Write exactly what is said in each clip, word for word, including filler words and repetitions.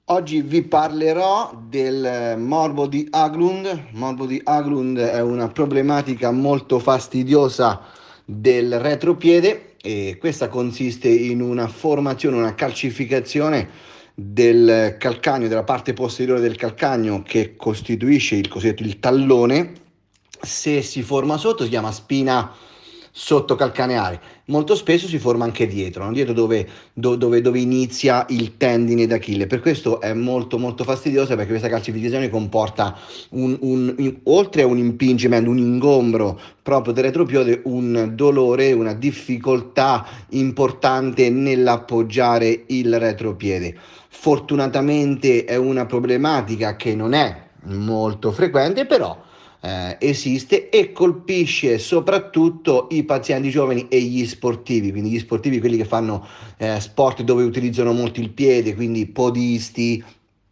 Oggi vi parlerò del morbo di Haglund. Morbo di Haglund è una problematica molto fastidiosa del retropiede e questa consiste in una formazione, una calcificazione del calcagno, della parte posteriore del calcagno che costituisce il cosiddetto il tallone. Se si forma sotto si chiama spina sottocalcaneare, molto spesso si forma anche dietro, no? Dietro dove, do- dove- dove inizia il tendine d'Achille. Per questo è molto molto fastidiosa, perché questa calcificazione comporta un, un- in- oltre a un impingimento, un ingombro proprio del retropiede, un dolore, una difficoltà importante nell'appoggiare il retropiede. Fortunatamente è una problematica che non è molto frequente, però eh, esiste e colpisce soprattutto i pazienti giovani e gli sportivi, quindi gli sportivi, quelli che fanno eh, sport dove utilizzano molto il piede, quindi podisti,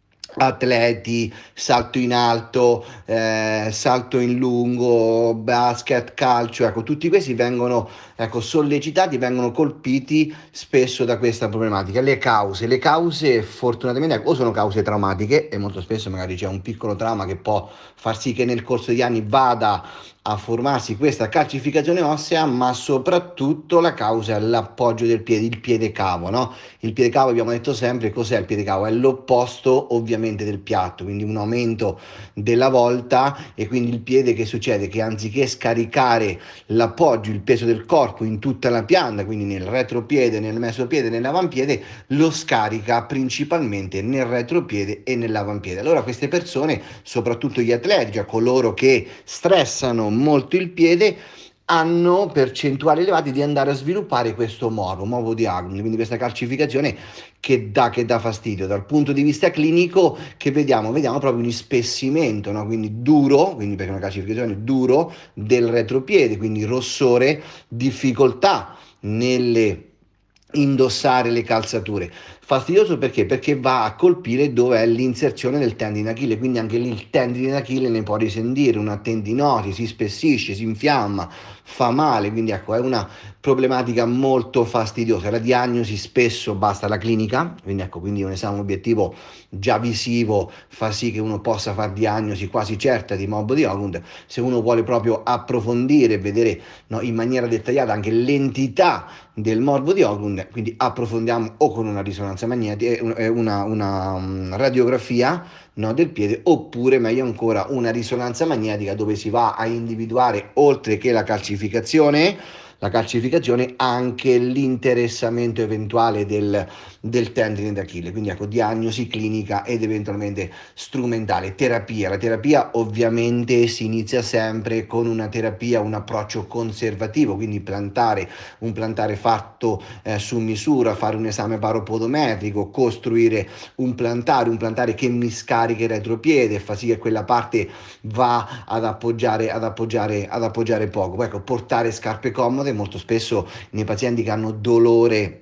atleti, salto in alto, eh, salto in lungo, basket, calcio, ecco, tutti questi vengono ecco, sollecitati, vengono colpiti spesso da questa problematica. Le cause, le cause fortunatamente ecco, o sono cause traumatiche e molto spesso magari c'è un piccolo trauma che può far sì che nel corso degli anni vada a formarsi questa calcificazione ossea, ma soprattutto la causa è l'appoggio del piede, il piede cavo, no? Il piede cavo, abbiamo detto sempre, cos'è il piede cavo? È l'opposto ovviamente del piatto, quindi un aumento della volta, e quindi il piede che succede? Che anziché scaricare l'appoggio, il peso del corpo in tutta la pianta, quindi nel retropiede, nel mesopiede, nell'avampiede, lo scarica principalmente nel retropiede e nell'avampiede. Allora queste persone, soprattutto gli atleti, cioè coloro che stressano molto il piede, hanno percentuali elevate di andare a sviluppare questo morbo, morbo di Haglund, quindi questa calcificazione che dà, che dà fastidio. Dal punto di vista clinico, che vediamo? Vediamo proprio un ispessimento, no? Quindi duro, quindi perché è una calcificazione duro del retropiede, quindi rossore, difficoltà nelle indossare le calzature. Fastidioso perché? Perché va a colpire dove è l'inserzione del tendine d'Achille, quindi anche lì il tendine d'Achille ne può risentire una tendinosi, si spessisce, si infiamma, fa male, quindi ecco è una problematica molto fastidiosa. La diagnosi spesso basta la clinica, quindi ecco, quindi un esame obiettivo già visivo fa sì che uno possa fare diagnosi quasi certa di morbo di Haglund. Se uno vuole proprio approfondire e vedere, no, in maniera dettagliata anche l'entità del morbo di Haglund, quindi approfondiamo o con una risonanza magnetica, una, una, una radiografia, no, del piede, oppure meglio ancora una risonanza magnetica, dove si va a individuare, oltre che la calcificazione, la calcificazione anche l'interessamento eventuale del, del tendine d'Achille. Quindi ecco, diagnosi clinica ed eventualmente strumentale. Terapia. La terapia ovviamente si inizia sempre con una terapia, un approccio conservativo, quindi plantare, un plantare fatto eh, su misura, fare un esame baropodometrico, costruire un plantare, un plantare che mi scarica il retropiede e fa sì che quella parte va ad appoggiare, ad appoggiare, ad appoggiare poco. Poi ecco, portare scarpe comode, molto spesso nei pazienti che hanno dolore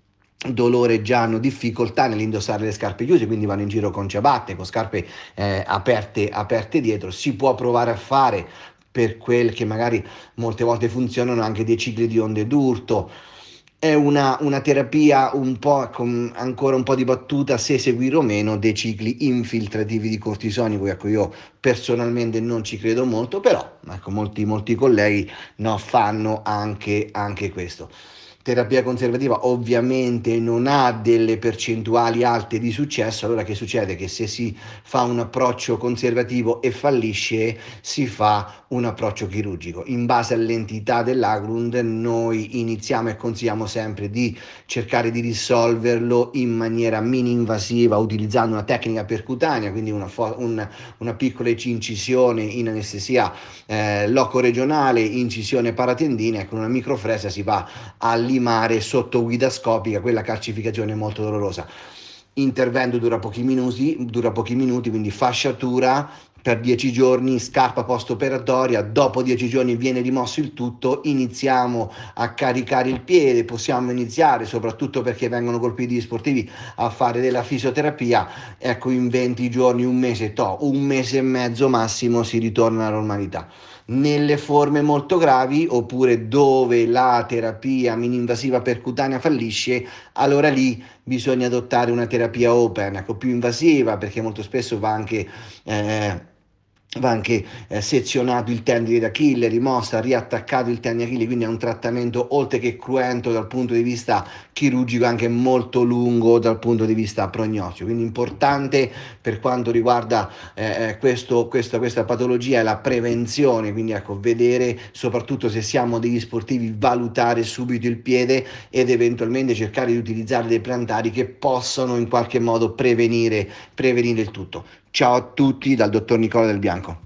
dolore già hanno difficoltà nell'indossare le scarpe chiuse, quindi vanno in giro con ciabatte, con scarpe eh, aperte, aperte dietro. Si può provare a fare, per quel che magari molte volte funzionano, anche dei cicli di onde d'urto. È una, una terapia un po' con ancora un po' di battuta se seguire o meno dei cicli infiltrativi di cortisonico. Ecco, io personalmente non ci credo molto, però ecco, molti, molti colleghi no, fanno anche, anche questo. Terapia conservativa ovviamente non ha delle percentuali alte di successo. Allora che succede? Che se si fa un approccio conservativo e fallisce, si fa un approccio chirurgico. In base all'entità dell'Haglund noi iniziamo e consigliamo sempre di cercare di risolverlo in maniera mini-invasiva, utilizzando una tecnica percutanea, quindi una, fo- un, una piccola incisione in anestesia eh, loco-regionale, incisione paratendinea, e con una microfresa si va a limare sotto guida scopica quella calcificazione molto dolorosa. Intervento dura pochi minuti, dura pochi minuti, quindi fasciatura per dieci giorni, scarpa post-operatoria, dopo dieci giorni viene rimosso il tutto, iniziamo a caricare il piede, possiamo iniziare, soprattutto perché vengono colpiti gli sportivi, a fare della fisioterapia, ecco in venti giorni, un mese, to, un mese e mezzo massimo si ritorna alla normalità. Nelle forme molto gravi, oppure dove la terapia mini-invasiva percutanea fallisce, allora lì bisogna adottare una terapia open, ecco, più invasiva, perché molto spesso va anche, eh, va anche eh, sezionato il tendine d'Achille, rimossa, riattaccato il tendine d'Achille, quindi è un trattamento oltre che cruento dal punto di vista chirurgico, anche molto lungo dal punto di vista prognostico. Quindi importante per quanto riguarda eh, questo, questa, questa patologia è la prevenzione, quindi ecco, vedere soprattutto se siamo degli sportivi, valutare subito il piede ed eventualmente cercare di utilizzare dei plantari che possano in qualche modo prevenire, prevenire il tutto. Ciao a tutti dal dottor Nicola Del Bianco.